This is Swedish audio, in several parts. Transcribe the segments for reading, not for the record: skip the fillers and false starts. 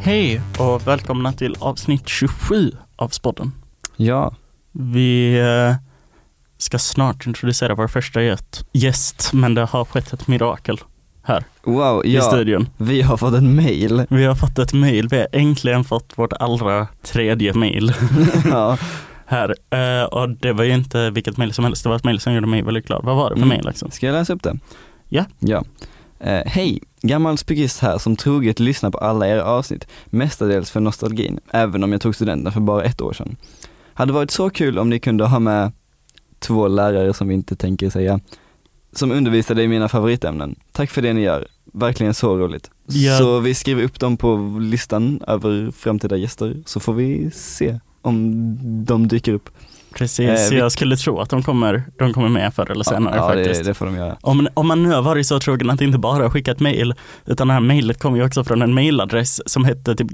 Hej och välkomna till avsnitt 27 av Spodden. Ja. Vi ska snart introducera vår första gäst, men det har skett ett mirakel här i studion. Vi har fått en mail. Vi har fått ett mail. Vi har äntligen fått vårt allra tredje mail. Ja. Här. Och det var ju inte vilket mail som helst. Det var ett mail som gjorde mig väldigt glad. Vad var det för mail liksom? Ska jag läsa upp det? Ja. Hej, gammal spikist här som troget lyssnar på alla era avsnitt, mestadels för nostalgin, även om jag tog studenten för bara 1 år sedan. Hade varit så kul om ni kunde ha med 2 lärare som vi inte tänker säga, som undervisade i mina favoritämnen. Tack för det ni gör, verkligen så roligt. Ja. Så vi skriver upp dem på listan över framtida gäster, så får vi se om de dyker upp. Precis, jag skulle tro att de kommer med förr eller senare faktiskt. Det får de göra. Om man nu har varit så trogen att inte bara skicka ett mejl, utan det här mejlet kommer ju också från en mejladress som hette typ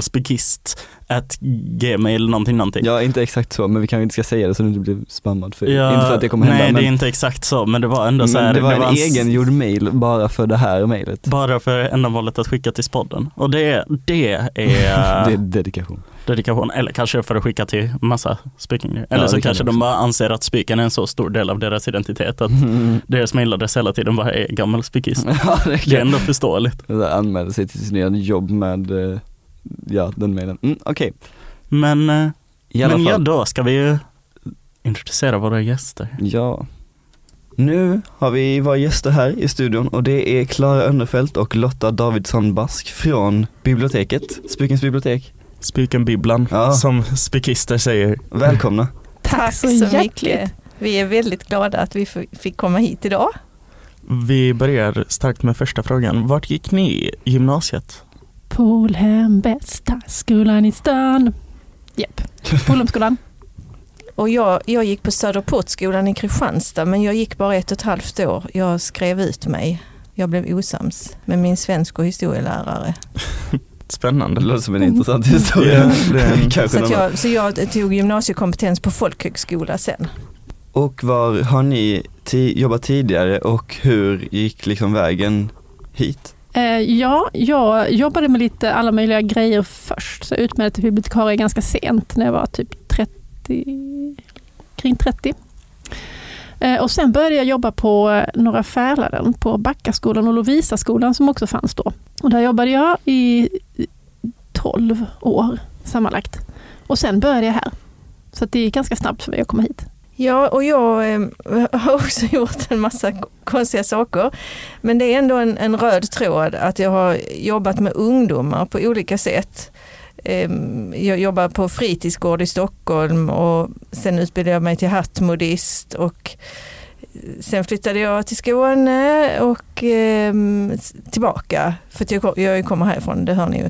gammalspikist@gmail någonting. Ja, inte exakt så, men vi kanske inte ska säga det så att du inte blir spammad. Inte för att det kommer hända. Nej, men det är inte exakt så, men det var ändå så här. Det var en egengjord mejl bara för det här mejlet. Bara för ändamålet att skicka till Spodden. Och det är det är dedikation. Eller kanske för att skicka till massa speaking. Eller så kanske de bara anser att spiken är en så stor del av deras identitet att deras mejladress hela tiden bara är gammal spikist. Ja, det är ändå förståeligt. Det där anmäler sig till sitt nya jobb med den mejlen. Okej. Men då ska vi ju introducera våra gäster. Ja. Nu har vi våra gäster här i studion och det är Klara Önnerfelt och Lotta Davidsson Bask från biblioteket, Spikens bibliotek. Spikenbibblan, som spikister säger. Välkomna. Tack så mycket. Vi är väldigt glada att vi fick komma hit idag. Vi börjar starkt med första frågan. Vart gick ni i gymnasiet? Polhem, bästa skolan i stan. Japp, Polhemskolan. Och jag gick på Söderportskolan i Kristianstad, men jag gick bara 1,5 år. Jag skrev ut mig. Jag blev osams med min svensk och historielärare. Spännande. Det låter som en intressant historia. Så jag tog gymnasiekompetens på folkhögskola sen. Och var har ni jobbat tidigare och hur gick liksom vägen hit? Jag jobbade med lite alla möjliga grejer först. Så jag utbildade till bibliotekarie ganska sent när jag var typ kring 30. Och sen började jag jobba på Norra Fäladen på Backaskolan och Lovisaskolan som också fanns då. Och där jobbade jag i 12 år sammanlagt. Och sen började jag här. Så att det är ganska snabbt för mig att komma hit. Ja, och jag har också gjort en massa konstiga saker. Men det är ändå en röd tråd att jag har jobbat med ungdomar på olika sätt. Jag jobbar på fritidsgård i Stockholm och sen utbildade jag mig till hattmodist och sen flyttade jag till Skåne och tillbaka för att jag kommer härifrån, det hör ni ju.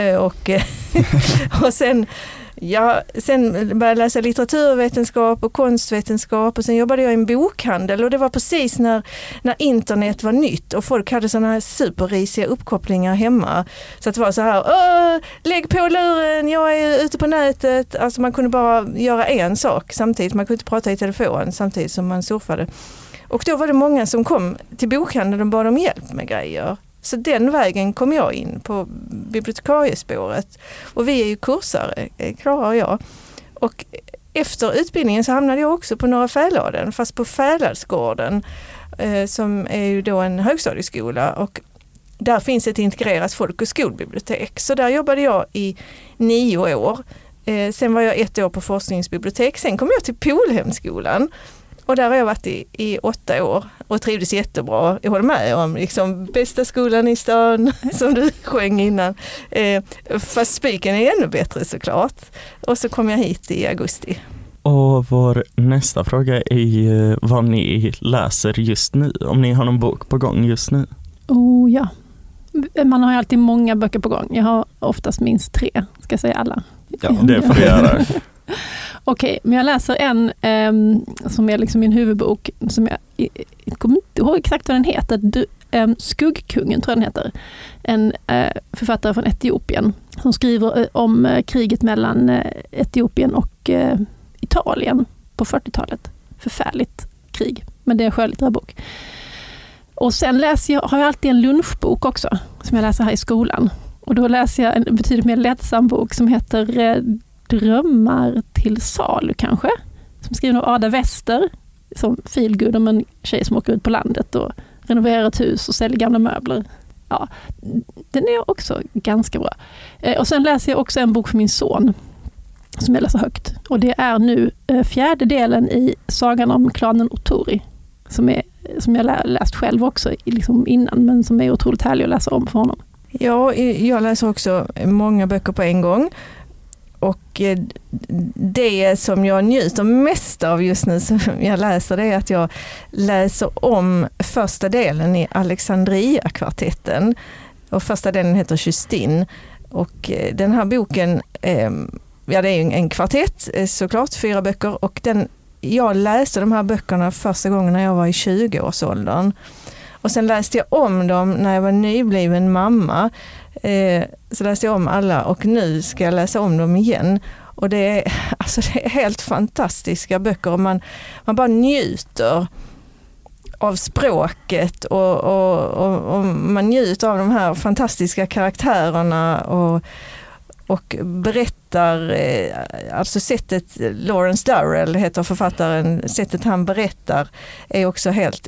Och sen började jag läsa litteraturvetenskap och konstvetenskap och sen jobbade jag i en bokhandel och det var precis när internet var nytt och folk hade sådana här superrisiga uppkopplingar hemma. Så att det var så här, lägg på luren, jag är ute på nätet. Alltså man kunde bara göra en sak samtidigt, man kunde inte prata i telefon samtidigt som man surfade. Och då var det många som kom till bokhandeln och bad om hjälp med grejer. Så den vägen kom jag in på bibliotekariespåret. Och vi är ju kursare, Klara och jag. Och efter utbildningen så hamnade jag också på Norra Fäladen, fast på Fäladsgården som är ju då en högstadieskola. Och där finns ett integrerat folk- och skolbibliotek. Så där jobbade jag i 9 år. Sen var jag 1 år på forskningsbibliotek. Sen kom jag till Polhemskolan. Och där har jag varit i 8 år och trivdes jättebra. Jag håller med om liksom, bästa skolan i stan som du sjöng innan. Fast spiken är ännu bättre såklart. Och så kom jag hit i augusti. Och vår nästa fråga är vad ni läser just nu. Om ni har någon bok på gång just nu. Ja. Man har ju alltid många böcker på gång. Jag har oftast minst 3, ska jag säga alla. Ja, det får du göra. Okej, men jag läser en som är liksom min huvudbok som jag kommer inte ihåg exakt vad den heter. Skuggkungen tror jag den heter. En författare från Etiopien som skriver om kriget mellan Etiopien och Italien på 40-talet. Förfärligt krig, men det är en skönlitterär bok. Och sen har jag alltid en lunchbok också som jag läser här i skolan. Och då läser jag en betydligt mer lättsam bok som heter Drömmar till salu kanske. Som skriven av Ada Wester, som feelgood om en tjej som åker ut på landet och renoverar ett hus och säljer gamla möbler. Ja, den är också ganska bra. Och sen läser jag också en bok för min son som jag läser högt. Och det är nu 4:e delen i sagan om klanen Otori. Som jag läst själv också liksom innan, men som är otroligt härlig att läsa om för honom. Ja, jag läser också många böcker på en gång. Och det som jag njuter mest av just nu som jag läser, det är att jag läser om första delen i Alexandria-kvartetten. Och första delen heter Justine. Och den här boken, ja det är en kvartett såklart, 4 böcker. Och jag läste de här böckerna första gången när jag var i 20-årsåldern. Och sen läste jag om dem när jag var nybliven mamma. Så läste jag om alla och nu ska jag läsa om dem igen. Och det är helt fantastiska böcker och man bara njuter av språket och man njuter av de här fantastiska karaktärerna och berättar, alltså sättet Lawrence Durrell heter författaren, sättet han berättar är också helt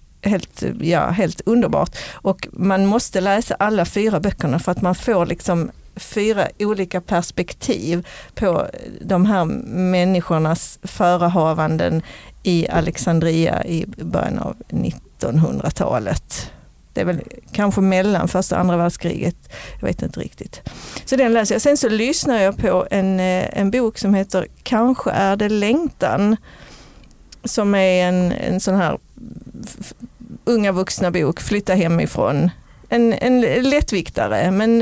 underbart. Och man måste läsa alla 4 böckerna för att man får liksom 4 olika perspektiv på de här människornas förehavanden i Alexandria i början av 1900-talet. Det är väl kanske mellan första och andra världskriget. Jag vet inte riktigt. Så den läser jag. Sen så lyssnar jag på en bok som heter Kanske är det längtan. Som är en sån här unga vuxna bok, flytta hemifrån. En lättviktare, men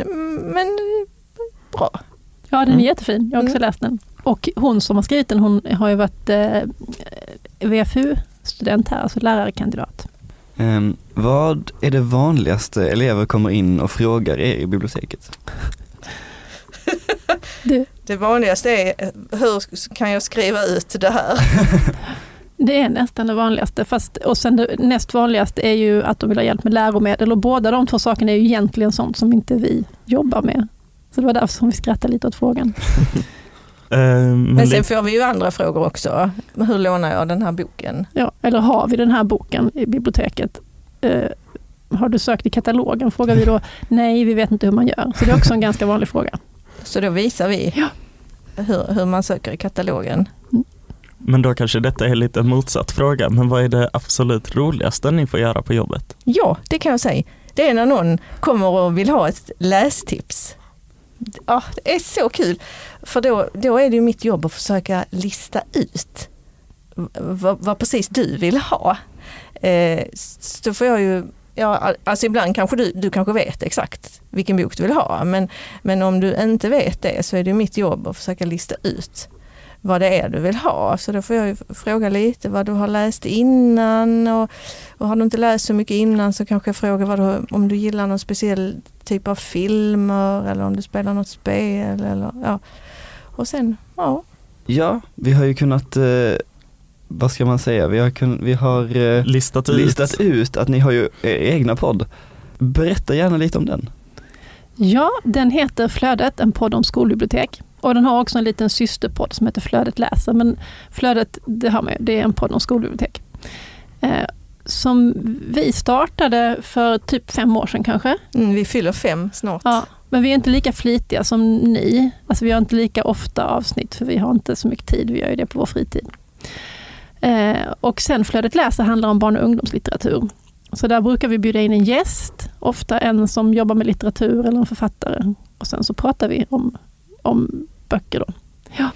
bra. Ja, den är jättefin. Jag har också läst den. Och hon som har skrivit den, hon har ju varit VFU-student här, alltså lärarkandidat. Vad är det vanligaste elever kommer in och frågar er i biblioteket? Det vanligaste är, hur kan jag skriva ut det här? Det är nästan det vanligaste. Och sen det näst vanligaste är ju att de vill ha hjälp med läromedel. Och båda de 2 sakerna är ju egentligen sånt som inte vi jobbar med. Så det var därför som vi skrattade lite åt frågan. Men sen får vi ju andra frågor också. Hur lånar jag den här boken? Ja, eller har vi den här boken i biblioteket? Har du sökt i katalogen? Frågar vi då, nej vi vet inte hur man gör. Så det är också en ganska vanlig fråga. Så då visar vi hur man söker i katalogen. Men då kanske detta är lite motsatt fråga. Men vad är det absolut roligaste ni får göra på jobbet? Ja, det kan jag säga. Det är när någon kommer och vill ha ett lästips. Ja, det är så kul. För då är det ju mitt jobb att försöka lista ut vad precis du vill ha. Så får jag ju, alltså ibland kanske du kanske vet exakt vilken bok du vill ha. Men om du inte vet det så är det mitt jobb att försöka lista ut vad det är du vill ha. Så då får jag ju fråga lite vad du har läst innan och har du inte läst så mycket innan så kanske jag frågar om du gillar någon speciell typ av filmer eller om du spelar något spel eller ja. Och sen, ja. Ja, vi har ju kunnat, vad ska man säga, vi har listat ut att ni har ju egna podd. Berätta gärna lite om den. Ja, den heter Flödet, en podd om skolbibliotek. Och den har också en liten systerpodd som heter Flödet läser. Men Flödet, det är en podd om skolbibliotek. Som vi startade för typ 5 år sedan kanske. Vi fyller 5 snart. Ja, men vi är inte lika flitiga som ni. Alltså vi har inte lika ofta avsnitt för vi har inte så mycket tid. Vi gör ju det på vår fritid. Och sen Flödet läser handlar om barn- och ungdomslitteratur. Så där brukar vi bjuda in en gäst. Ofta en som jobbar med litteratur eller en författare. Och sen så pratar vi om böcker då. Ja.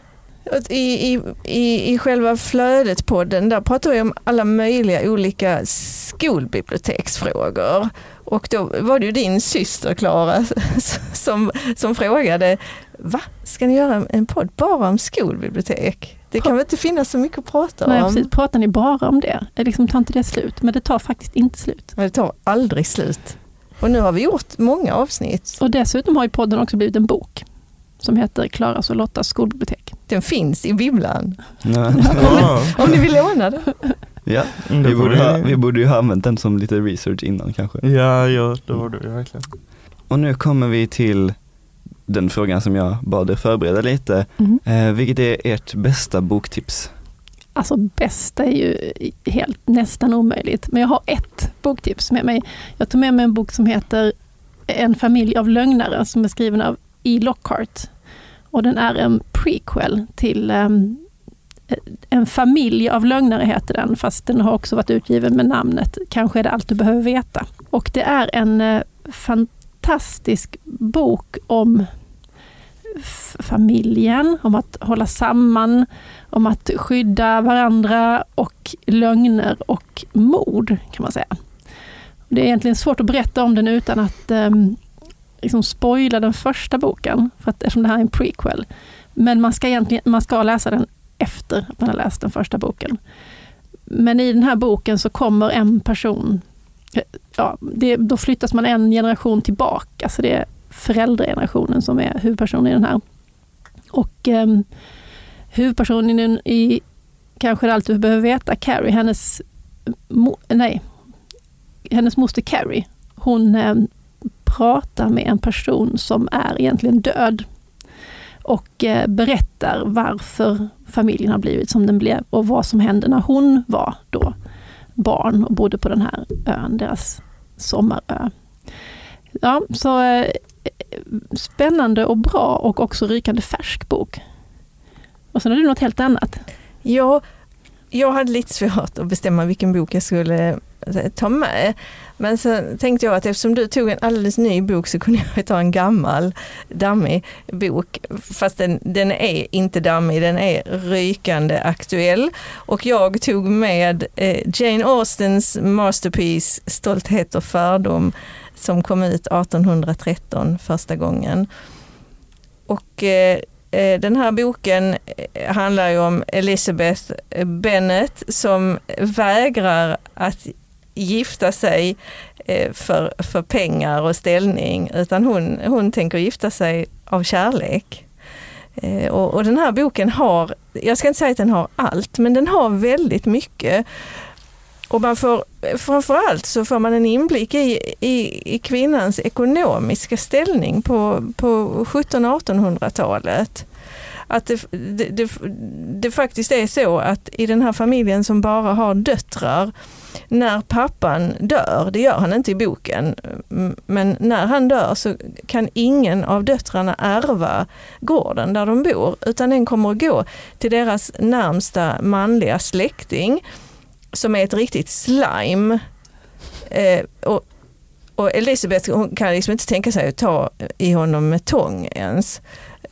I själva Flödet-podden där pratar vi om alla möjliga olika skolbiblioteksfrågor. Och då var det ju din syster Klara som frågade, ska ni göra en podd bara om skolbibliotek? Det kan väl inte finnas så mycket att prata om? Nej, precis. Pratar ni bara om det? Det liksom tar inte det slut, men det tar faktiskt inte slut. Men det tar aldrig slut. Och nu har vi gjort många avsnitt. Och dessutom har ju podden också blivit en bok som heter Klaras och Lottas skolbibliotek. Den finns i bibblan. Ja. Om ni vill låna den. Ja, vi borde ju ha använt den som lite research innan kanske. Ja, det borde vi verkligen. och nu kommer vi till den frågan som jag bad er förbereda lite. Vilket är ert bästa boktips? Alltså bästa är ju helt nästan omöjligt. Men jag har ett boktips med mig. Jag tog med mig en bok som heter En familj av lögnare som är skriven av E. Lockhart. Och den är en prequel till En familj av lögnare heter den. Fast den har också varit utgiven med namnet Kanske är det allt du behöver veta. Och det är en fantastisk bok om familjen, om att hålla samman, om att skydda varandra och lögner och mord kan man säga. Det är egentligen svårt att berätta om den utan att liksom spoila den första boken, för att, eftersom det här är en prequel. Men man ska läsa den efter att man har läst den första boken. Men i den här boken så kommer en person, då flyttas man en generation tillbaka, så det är föräldragenerationen som är huvudpersonen i den här. Och huvudpersonen i Kanske är det allt du behöver veta, Carrie, hennes moster Carrie, hon pratar med en person som är egentligen död och berättar varför familjen har blivit som den blev och vad som hände när hon var då barn och bodde på den här ön, deras sommarö. Ja, så spännande och bra och också rykande färsk bok. Och sen är det något helt annat. Ja, jag hade lite svårt att bestämma vilken bok jag skulle ta med. Men så tänkte jag att eftersom du tog en alldeles ny bok så kunde jag ta en gammal dammig bok. Fast den är inte dammig, den är rykande aktuell. Och jag tog med Jane Austens masterpiece Stolthet och fördom som kom ut 1813 första gången. Och den här boken handlar ju om Elizabeth Bennet som vägrar att gifta sig för pengar och ställning, utan hon tänker gifta sig av kärlek. Och den här boken har, jag ska inte säga att den har allt, men den har väldigt mycket. Och framförallt så får man en inblick i kvinnans ekonomiska ställning på 1700-1800-talet. Att det faktiskt är så att i den här familjen som bara har döttrar, när pappan dör, det gör han inte i boken, men när han dör så kan ingen av döttrarna ärva gården där de bor, utan den kommer att gå till deras närmsta manliga släkting som är ett riktigt slime. Och Elisabeth, hon kan liksom inte tänka sig att ta i honom med tång ens.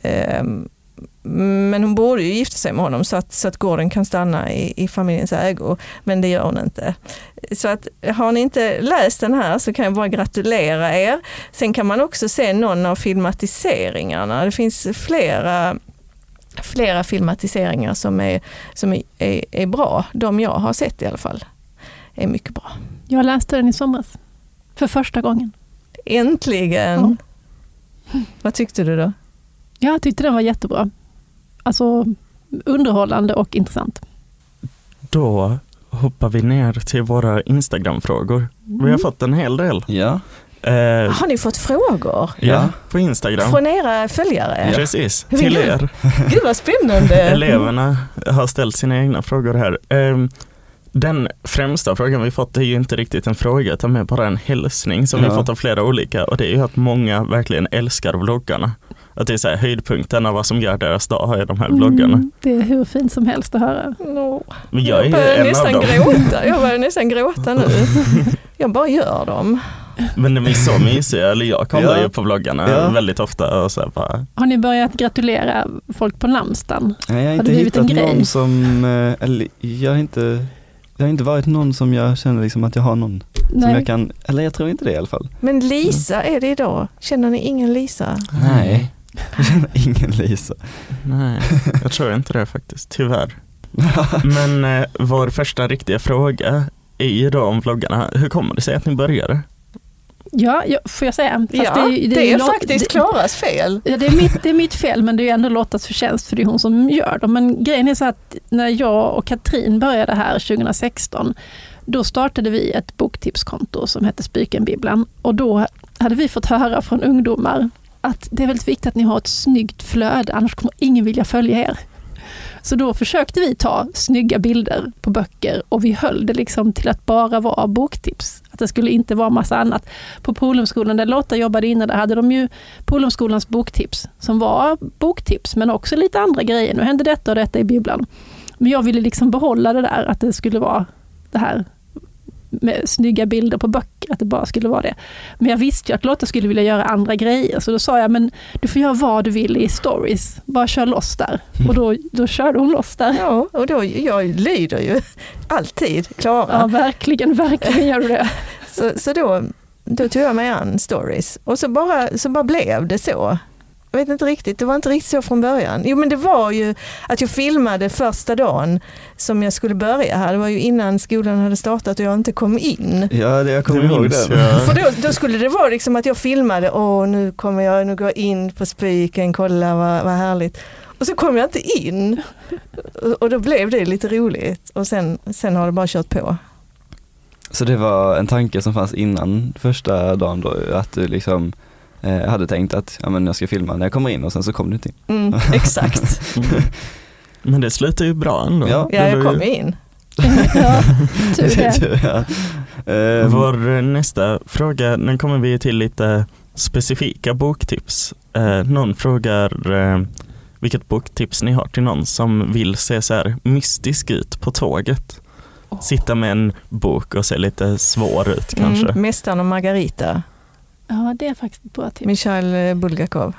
Men hon borde ju gifta sig med honom så att gården kan stanna i familjens ägo, men det gör hon inte. Så att har ni inte läst den här så kan jag bara gratulera er. Sen kan man också se någon av filmatiseringarna. Det finns flera filmatiseringar som är bra. De jag har sett i alla fall är mycket bra. Jag läste den i somras för första gången. Äntligen! Ja. Vad tyckte du då? Jag tyckte den var jättebra. Alltså underhållande och intressant. Då hoppar vi ner till våra Instagram-frågor. Vi har fått en hel del. Ja. Har ni fått frågor? Ja, på Instagram. Från era följare? Ja. Precis, till er. Gud vad spännande. Eleverna har ställt sina egna frågor här. Den främsta frågan vi fått är ju inte riktigt en fråga utan mer bara en hälsning som vi fått av flera olika, och det är ju att många verkligen älskar vloggarna. Att det är så här, höjdpunkten av vad som gör deras dag är de här vloggarna. Det är hur fint som helst att höra. Men jag är en av dem. Jag börjar nästan gråta nu. Jag bara gör dem. Men de är så mysiga, eller jag kollar ju på vloggarna väldigt ofta. Och så här bara. Har ni börjat gratulera folk på namnsdagen? Nej, jag har inte hittat någon som, jag har inte varit någon som jag känner liksom att jag har någon. Nej. Som jag kan, eller jag tror inte det i alla fall. Men Lisa är det idag. Känner ni ingen Lisa? Nej, jag känner ingen Lisa. Nej, jag tror inte det faktiskt, tyvärr. Men vår första riktiga fråga är ju då om vloggarna. Hur kommer det sig att ni började? Ja, får jag säga? Fast det är faktiskt Klaras fel. Ja, det är mitt fel, men det är ju ändå Lottas förtjänst för det är hon som gör dem. Men grejen är så att när jag och Katrin började här 2016, då startade vi ett boktipskonto som hette Spykenbibblan. Och då hade vi fått höra från ungdomar att det är väldigt viktigt att ni har ett snyggt flöde, annars kommer ingen vilja följa er. Så då försökte vi ta snygga bilder på böcker och vi höll det liksom till att bara vara boktips. Att det skulle inte vara massa annat. På Polumskolan där Lotta jobbade innan, där hade de ju Polumskolans boktips som var boktips men också lite andra grejer. Nu hände detta och detta i bibblan. Men jag ville liksom behålla det där att det skulle vara det här med snygga bilder på böcker, att det bara skulle vara det. Men jag visste ju att Lotta skulle vilja göra andra grejer, så då sa jag, men du får göra vad du vill i stories, bara kör loss där. Och då körde hon loss där. Ja, och då, jag lyder ju alltid, Klara. Ja, verkligen gör du det. Så då tog jag mig an stories, och så bara blev det så. Jag vet inte riktigt, det var inte riktigt så från början. Jo, men det var ju att jag filmade första dagen som jag skulle börja här. Det var ju innan skolan hade startat och jag inte kom in. Ja, jag kommer ihåg det. Ja. För då skulle det vara liksom att jag filmade, nu går jag in på spiken, kolla vad härligt. Och så kom jag inte in. Och då blev det lite roligt. Och sen har det bara kört på. Så det var en tanke som fanns innan första dagen då, att du liksom hade tänkt att jag ska filma när jag kommer in, och sen så kom du inte in. Exakt. Men det slutar ju bra ändå. Ja, jag kom in. Ja, tur det. Vår nästa fråga, den kommer vi till lite specifika boktips. Någon frågar vilket boktips ni har till någon som vill se så här mystisk ut på tåget. Sitta med en bok och se lite svår ut kanske. Mästaren och Margarita. Ja, det är faktiskt ett bra tips. Michail Bulgakov.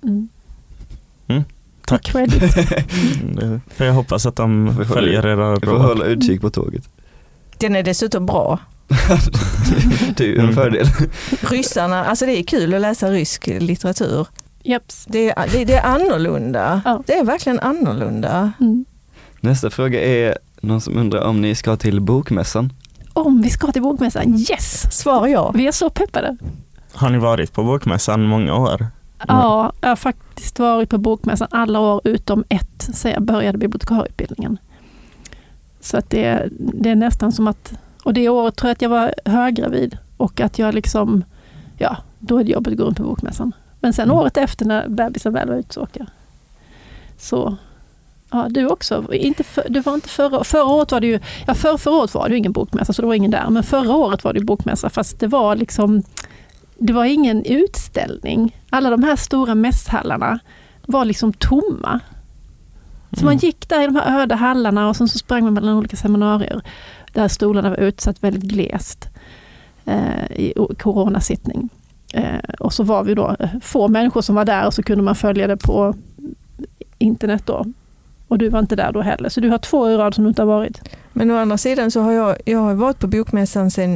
Tack. För jag hoppas att de följer era råd. Vi får hålla utkik på tåget. Den är dessutom bra. Det är ju en fördel. Ryssarna, alltså det är kul att läsa rysk litteratur. Jeps. Det är annorlunda. Ja. Det är verkligen annorlunda. Nästa fråga är någon som undrar om ni ska till bokmässan. Om vi ska till bokmässan, yes! Svar ja. Vi är så peppade. Har ni varit på bokmässan många år? Ja, jag har faktiskt varit på bokmässan alla år utom ett sedan jag började bibliotekarieutbildningen. Så att det är nästan som att, och det året tror jag att jag var höggravid och att jag liksom, då är det jobbigt att gå runt på bokmässan. Men sen året efter när bebisen väl var ut så åkte jag. Så, ja, du också. Du var inte förra året var det ju, förra året var det ju ingen bokmässa så det var ingen där. Men förra året var det ju bokmässa fast det var liksom, det var ingen utställning. Alla de här stora mässhallarna var liksom tomma. Så man gick där i de här öde hallarna och sen så sprang man mellan olika seminarier där stolarna var utsatt väldigt glest i coronasittning. Och så var vi då få människor som var där och så kunde man följa det på internet då. Och du var inte där då heller. Så du har 2 i rad som du inte har varit. Men å andra sidan så har jag har varit på bokmässan sedan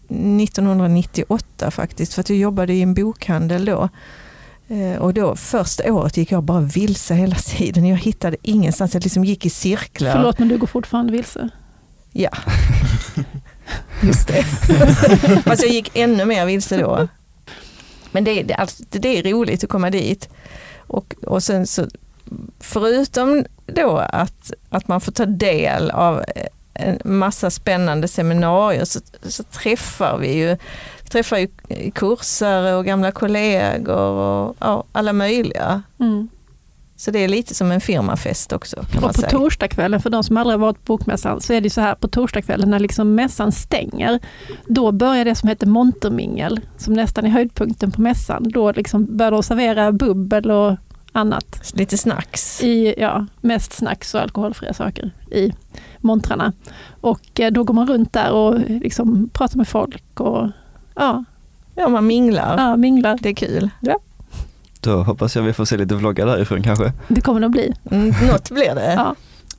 1998 faktiskt. För att jag jobbade i en bokhandel då. Och då första året gick jag bara vilse hela tiden. Jag hittade ingenstans. Jag liksom gick i cirklar. Förlåt, men du går fortfarande vilse. Ja, just det. Fast jag gick ännu mer vilse då. Men det är roligt att komma dit. Och sen så, förutom då att man får ta del av en massa spännande seminarier så träffar ju kursare och gamla kollegor och alla möjliga. Så det är lite som en firmafest också. Kan man och på säga. Torsdagskvällen, för de som aldrig varit på bokmässan, så är det så här på torsdagskvällen när liksom mässan stänger, då börjar det som heter montermingel, som nästan är höjdpunkten på mässan. Då liksom börjar de servera bubbel och annat. Lite snacks. Mest snacks och alkoholfria saker i montrarna. Och då går man runt där och liksom pratar med folk och man minglar. Ja, minglar. Det är kul. Ja. Då hoppas jag vi får se lite vloggar därifrån kanske. Det kommer nog bli. Något blir det. Ja.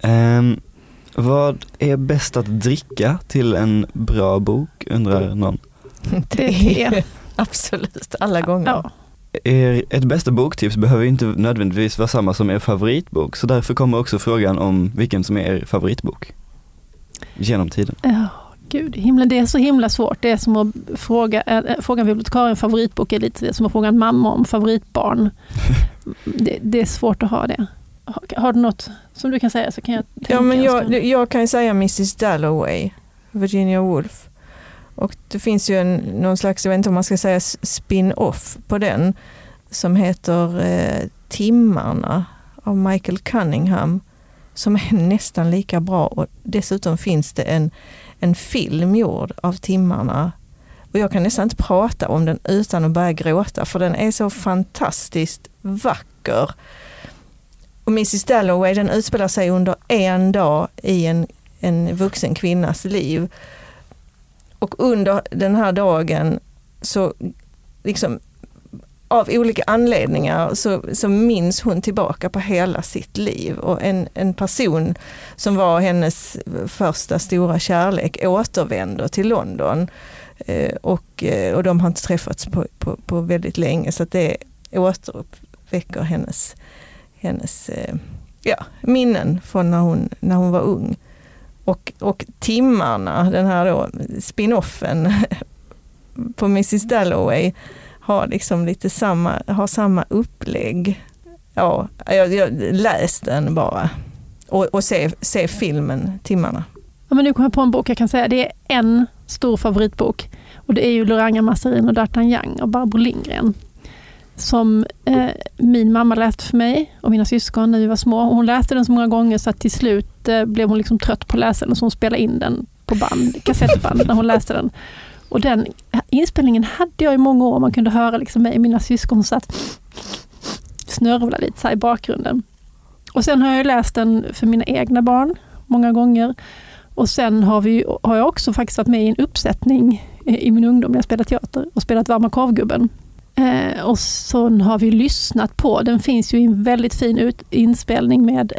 Vad är bäst att dricka till en bra bok, undrar någon? Det är absolut alla gånger. Ja. Ett bästa boktips behöver inte nödvändigtvis vara samma som er favoritbok, så därför kommer också frågan om vilken som är er favoritbok genom tiden. Gud, det är så himla svårt. Det är som att fråga en bibliotekarien favoritbok är lite som att fråga en mamma om favoritbarn. Det är svårt att ha det. Har du något som du kan säga så kan jag tänka. Ja, men jag kan säga Mrs. Dalloway, Virginia Woolf. Och det finns ju någon slags, jag vet inte om man ska säga spin-off på den, som heter Timmarna av Michael Cunningham, som är nästan lika bra. Och dessutom finns det en film gjord av Timmarna. Och jag kan nästan inte prata om den utan att börja gråta, för den är så fantastiskt vacker. Och Mrs. Dalloway, den utspelar sig under en dag i en vuxen kvinnas liv. Och under den här dagen så liksom av olika anledningar så minns hon tillbaka på hela sitt liv. Och en person som var hennes första stora kärlek återvänder till London. Och de har inte träffats på väldigt länge, så att det återuppväcker hennes minnen från när hon var ung. Och Timmarna, den här då spin-offen på Mrs. Dalloway, har liksom lite samma upplägg. Ja, jag läste den bara och se filmen Timmarna. Ja, men nu kommer jag på en bok jag kan säga. Det är en stor favoritbok, och det är ju Loranga Massarin och D'Artagnan av Barbro Lindgren, som min mamma läste för mig och mina syskon när vi var små. Hon läste den så många gånger så att till slut blev hon liksom trött på läsaren, så hon spelade in den på kassettband när hon läste den. Och den inspelningen hade jag i många år. Man kunde höra liksom mig och mina syskon satt snörvla lite så här i bakgrunden. Och sen har jag läst den för mina egna barn många gånger. Och sen har jag också faktiskt varit med i en uppsättning i min ungdom när jag spelade teater och spelat Varma korvgubben. Och så har vi lyssnat på, den finns ju i en väldigt fin inspelning med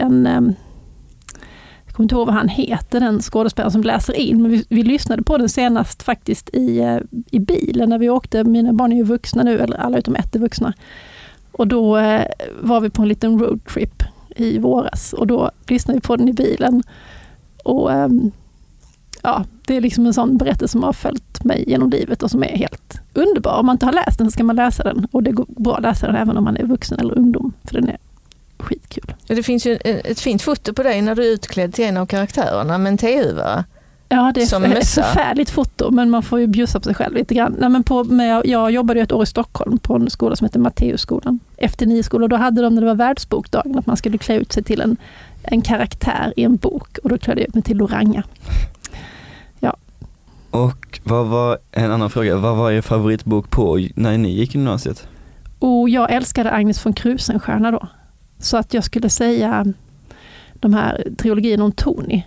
jag kommer inte ihåg vad han heter, den skådespelaren som läser in, men vi lyssnade på den senast faktiskt i bilen när vi åkte. Mina barn är ju vuxna nu, eller alla utom ett är vuxna. Och då var vi på en liten roadtrip i våras, och då lyssnade vi på den i bilen. Och det är liksom en sån berättelse som har följt mig genom livet och som är helt underbar. Om man inte har läst den så ska man läsa den, och det går bra att läsa den även om man är vuxen eller ungdom, för den är skitkul. Det finns ju ett fint foto på dig när du är utklädd till en av karaktärerna med en tehuva. Ja, det är ett förfärligt foto, men man får ju bjussa på sig själv lite grann. Nej, men jag jobbade ju ett år i Stockholm på en skola som heter Matteusskolan. Efter 9 skolor, då hade de, när det var världsbokdagen, att man skulle klä ut sig till en karaktär i en bok, och då klädde jag ut mig till Loranga. Ja. Och vad var er favoritbok på när ni gick i gymnasiet? Och jag älskade Agnes von Krusenstjerna då. Så att jag skulle säga de här trilogin om Tony.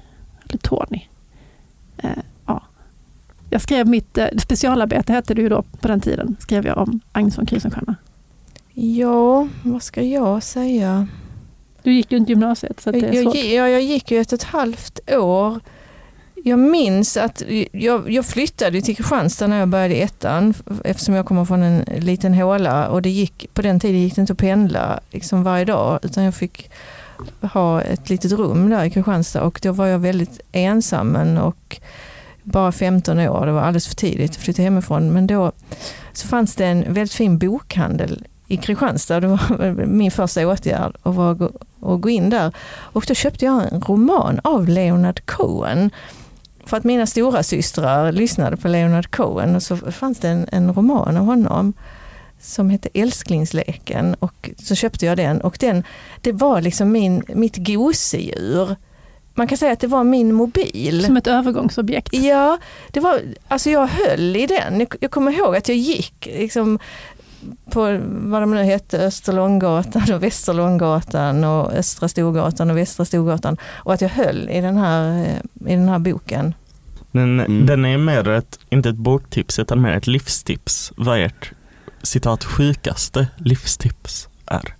Jag skrev mitt specialarbete, hette det ju då på den tiden, skrev jag om Agnes von Krusenstjerna. Ja, vad ska jag säga? Du gick ju inte gymnasiet, så att det är svårt. Jag gick ju 1,5 år. Jag minns att jag flyttade till Kristianstad när jag började 1:an, eftersom jag kommer från en liten håla, och på den tiden gick det inte att pendla liksom varje dag, utan jag fick ha ett litet rum där i Kristianstad, och då var jag väldigt ensam och bara 15 år, det var alldeles för tidigt att flytta hemifrån, men då så fanns det en väldigt fin bokhandel i Kristianstad. Det var min första åtgärd att gå in där, och då köpte jag en roman av Leonard Cohen. För att mina stora systrar lyssnade på Leonard Cohen, och så fanns det en roman av honom som hette Älsklingsleken, och så köpte jag den, och det var liksom mitt gosedjur. Man kan säga att det var min mobil. Som ett övergångsobjekt. Ja, det var, alltså jag höll i den. Jag kommer ihåg att jag gick liksom på vad de nu hette, Österlånggatan och Västerlånggatan och Östra Storgatan och Västra Storgatan, och att jag höll i den här boken. Den är mer inte ett boktips utan mer ett livstips. Vad är ert citat sjukaste livstips är?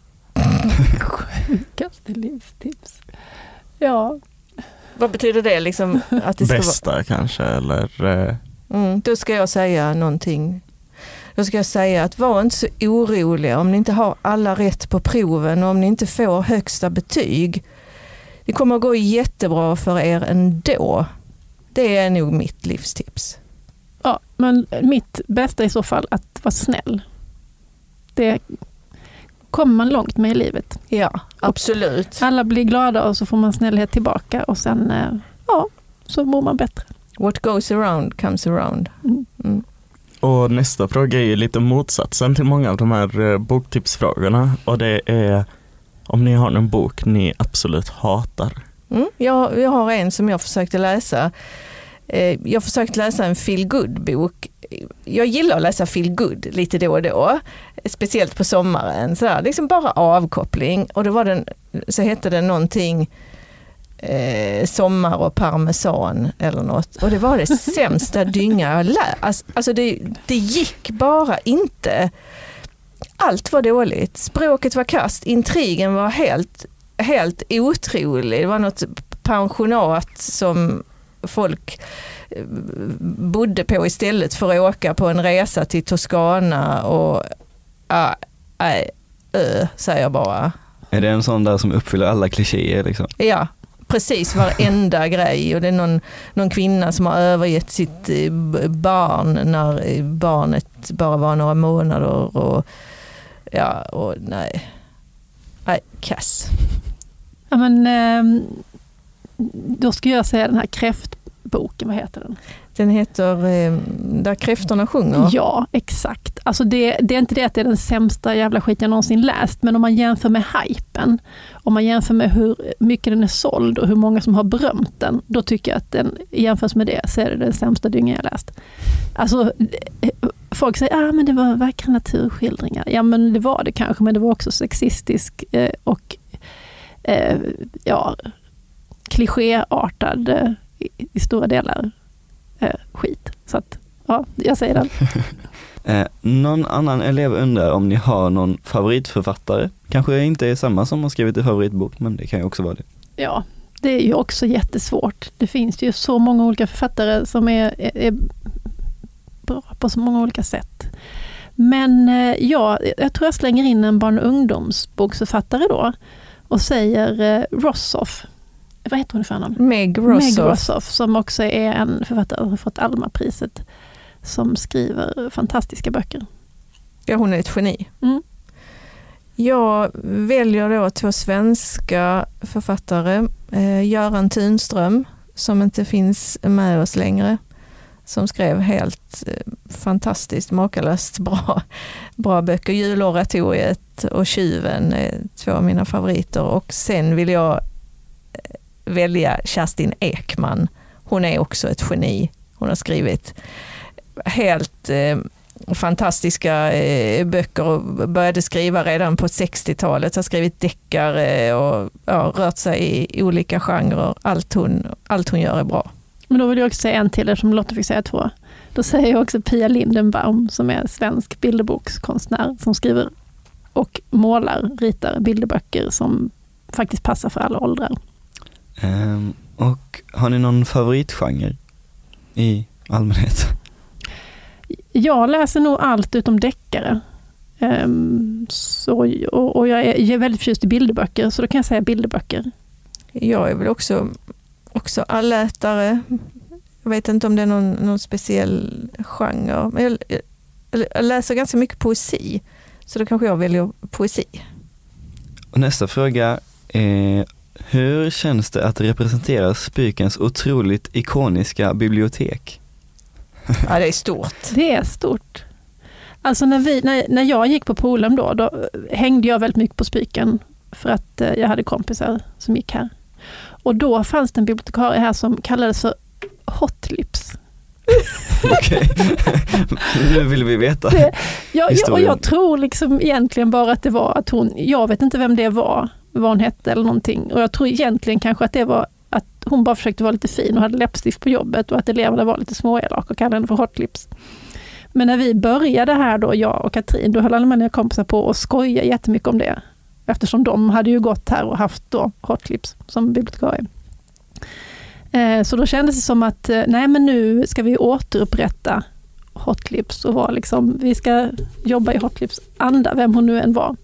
Sjukaste livstips? Ja. Vad betyder det liksom? Att det ska bästa vara... kanske, eller? Då ska jag säga någonting. Då ska jag säga att var inte så oroliga om ni inte har alla rätt på proven och om ni inte får högsta betyg. Det kommer att gå jättebra för er ändå. Det är nog mitt livstips. Ja, men mitt bästa är i så fall att vara snäll. Det kommer man långt med i livet. Ja, absolut. Alla blir glada och så får man snällhet tillbaka, och sen så mår man bättre. What goes around comes around. Mm. Och nästa fråga är ju lite motsatsen till många av de här boktipsfrågorna. Och det är om ni har någon bok ni absolut hatar. Jag har en som jag försökte läsa. Jag försökte läsa en feel-good-bok. Jag gillar att läsa feel-good lite då och då. Speciellt på sommaren. Så där, liksom bara avkoppling. Och då så hette det någonting sommar och parmesan eller något. Och det var det sämsta dynga jag läst. Alltså det gick bara inte. Allt var dåligt. Språket var kast. Intrigen var helt otrolig. Det var något pensionat som folk bodde på istället för att åka på en resa till Toscana och säger jag bara. Är det en sån där som uppfyller alla klichéer liksom? Ja, precis varenda grej. Och det är någon kvinna som har övergett sitt barn när barnet bara var några månader och nej, kass. Ja, men då ska jag säga den här kräftboken, vad heter den? Den heter Där kräftorna sjunger. Ja, exakt. Alltså det är inte det att det är den sämsta jävla skit jag någonsin läst, men om man jämför med hypen, om man jämför med hur mycket den är såld och hur många som har berömt den, då tycker jag att den jämförs med det så är det den sämsta dynga jag läst. Alltså folk säger, men det var vackra naturskildringar. Ja, men det var det kanske, men det var också sexistisk och klichéartad i stora delar skit. Så att, ja, jag säger den. Någon annan elev undrar om ni har någon favoritförfattare. Kanske inte är samma som har skrivit en favoritbok, men det kan ju också vara det. Ja, det är ju också jättesvårt. Det finns ju så många olika författare som är bra på så många olika sätt. Men jag tror jag slänger in en barn- och ungdomsboksförfattare då och säger Rossoff. Vad heter hon för namn? Meg Rossoff, som också är en författare som har fått Alma-priset, som skriver fantastiska böcker. Ja, hon är ett geni. Jag väljer då 2 svenska författare. Göran Tunström, som inte finns med oss längre, som skrev helt fantastiskt makalöst bra böcker. Juloratoriet och Tjuven är 2 av mina favoriter. Och sen vill jag välja Kerstin Ekman. Hon är också ett geni. Hon har skrivit helt fantastiska böcker och började skriva redan på 60-talet. Har skrivit deckare och rört sig i olika genrer. Allt hon gör är bra. Men då vill jag också säga en till, eftersom Lotta fick säga 2. Då säger jag också Pia Lindenbaum, som är svensk bilderbokskonstnär, som skriver och ritar bilderböcker som faktiskt passar för alla åldrar. Och har ni någon favoritgenre i allmänhet? Jag läser nog allt utom deckare. Och jag är väldigt förtjust i bilderböcker, så då kan jag säga bilderböcker. Jag är väl också allätare. Jag vet inte om det är någon speciell genre. Men jag läser ganska mycket poesi, så då kanske jag väljer poesi. Och nästa fråga är: hur känns det att representera Spykens otroligt ikoniska bibliotek? Ja, det är stort. Det är stort. Alltså när jag gick på Polhem då hängde jag väldigt mycket på Spyken, för att jag hade kompisar som gick här. Och då fanns det en bibliotekarie här som kallades för Hot Lips. Okej, nu vill vi veta. Och jag tror liksom egentligen bara att det var att jag vet inte vem det var, vad hon hette eller någonting. Och jag tror egentligen kanske att det var att hon bara försökte vara lite fin och hade läppstift på jobbet, och att eleverna var lite småelaka och kallade henne för Hot Lips. Men när vi började här då, jag och Katrin, då höll alla mina kompisar på och skoja jättemycket om det. Eftersom de hade ju gått här och haft då Hot Lips som bibliotekarie. Så då kändes det som att nej, men nu ska vi återupprätta Hot Lips och vara liksom, vi ska jobba i Hot Lips anda, vem hon nu än var.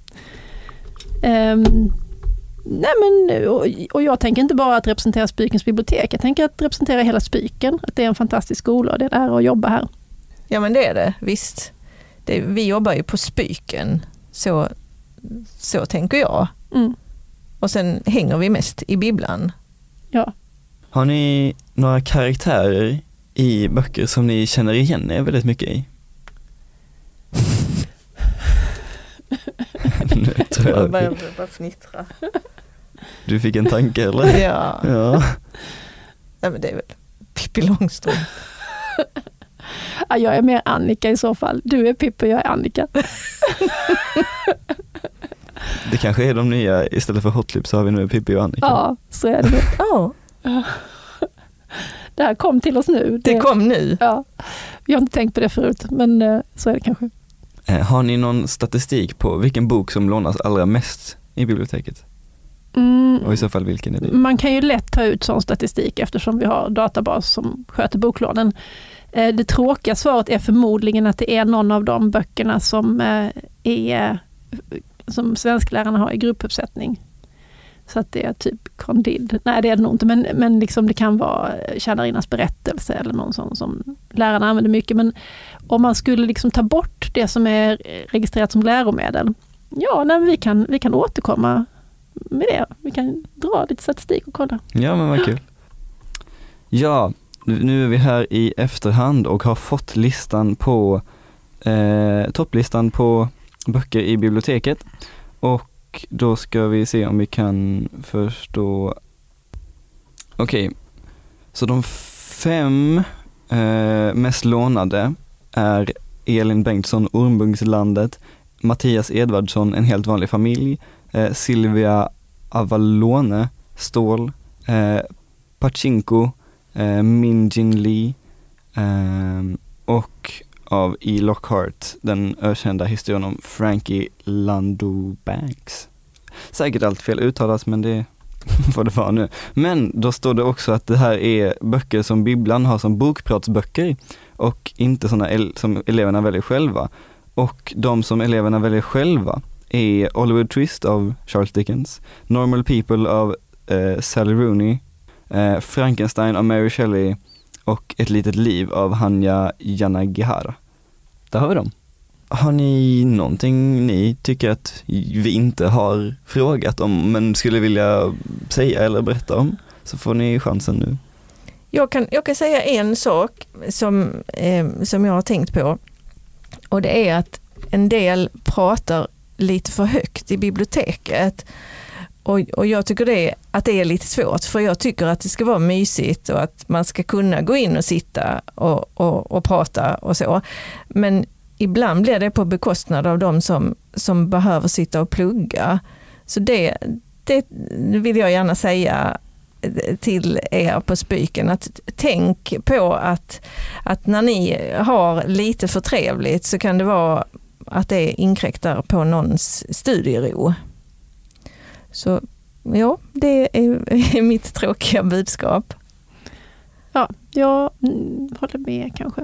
Nej, men, och jag tänker inte bara att representera Spykens bibliotek, jag tänker att representera hela Spyken, att det är en fantastisk skola och det är att jobba här. Ja, men det är det, visst. Vi jobbar ju på Spyken, så tänker jag. Och sen hänger vi mest i bibblan. Ja. Har ni några karaktärer i böcker som ni känner igen er väldigt mycket i? Nu tror Jag börjar bara fnittra. Du fick en tanke eller? Ja. Nej, men det är väl Pippi Långstrump. Ja, jag är mer Annika i så fall. Du är Pippi, jag är Annika. Det kanske är de nya, istället för Hot Lips så har vi nu Pippi och Annika. Ja, så är det. Ja. Det här kom till oss nu. Det kom nu. Ja. Vi har inte tänkt på det förut, men så är det kanske. Har ni någon statistik på vilken bok som lånas allra mest i biblioteket? Och i så fall vilken är det? Man kan ju lätt ta ut sån statistik eftersom vi har databas som sköter boklånen. Det tråkiga svaret är förmodligen att det är någon av de böckerna som svensklärarna har i gruppuppsättning. Så att det är typ Candide. Nej, det är det nog inte, men liksom det kan vara Tjänarinnas berättelse eller någon sån som lärarna använder mycket. Men om man skulle liksom ta bort det som är registrerat som läromedel, vi kan återkomma med det. Vi kan dra lite statistik och kolla. Ja, men vad kul. Ja, nu är vi här i efterhand och har fått listan på topplistan på böcker i biblioteket. Och då ska vi se om vi kan förstå. Okej, så de 5 mest lånade är Elin Bengtsson, Ormbunkslandet, Mattias Edvardsson, En helt vanlig familj, Silvia Avalone, Stål, Pachinko, Min Jin Lee och av E. Lockhart, den ökända historien om Frankie Lando Banks. Säkert allt fel uttalas, men det får det vara nu. Men då står det också att det här är böcker som bibblan har som bokpratsböcker och inte sådana som eleverna väljer själva. Och de som eleverna väljer själva är Oliver Twist av Charles Dickens, Normal People av Sally Rooney, Frankenstein av Mary Shelley och Ett litet liv av Hanya Yanagihara. Där har vi dem. Har ni någonting ni tycker att vi inte har frågat om men skulle vilja säga eller berätta om, så får ni chansen nu. Jag kan säga en sak som jag har tänkt på, och det är att en del pratar lite för högt i biblioteket. Och jag tycker att det är lite svårt, för jag tycker att det ska vara mysigt och att man ska kunna gå in och sitta och prata och så. Men ibland blir det på bekostnad av de som behöver sitta och plugga. Så det vill jag gärna säga till er på Spyken, att tänk på att när ni har lite för trevligt så kan det vara att det inkräktar på någons studiero. Så ja, det är mitt tråkiga budskap. Ja, jag håller med kanske.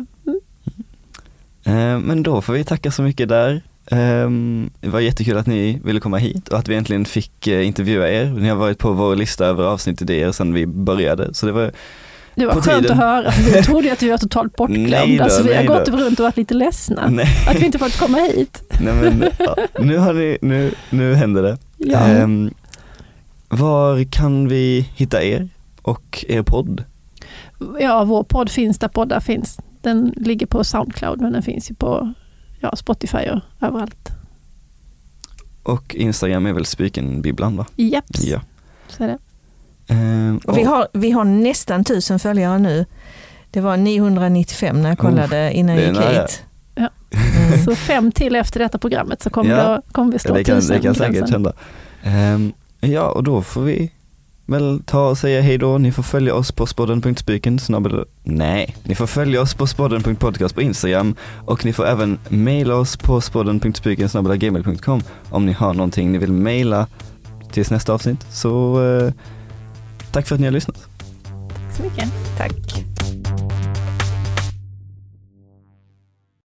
Men då får vi tacka så mycket där. Det var jättekul att ni ville komma hit och att vi äntligen fick intervjua er. Ni har varit på vår lista över avsnittidéer sedan vi började. Så det var skönt tiden att höra. Vi trodde att vi var totalt bortglömda. Alltså, vi har gått runt och varit lite ledsna. Nej. Att vi inte fått komma hit. Nej, men, ja, nu händer det. Ja. Var kan vi hitta er och er podd? Ja, vår podd finns där poddar finns. Den ligger på SoundCloud, men den finns ju på Spotify och överallt. Och Instagram är väl Spykenbibblan, va? Japs. Ja. Så är det. Och vi har nästan 1000 följare nu. Det var 995 när jag kollade innan jag gick hit. Ja. Så 5 till efter detta programmet så kommer vi slå 1000. Det kan säkert hända. Ja, och då får vi väl ta och säga hej då. Ni får följa oss på spodden.spyken. Ni får följa oss på spodden.podcast på Instagram, och ni får även mejla oss på spodden.spyken@gmail.com om ni har någonting ni vill mejla tills nästa avsnitt. Så tack för att ni har lyssnat. Tack så mycket.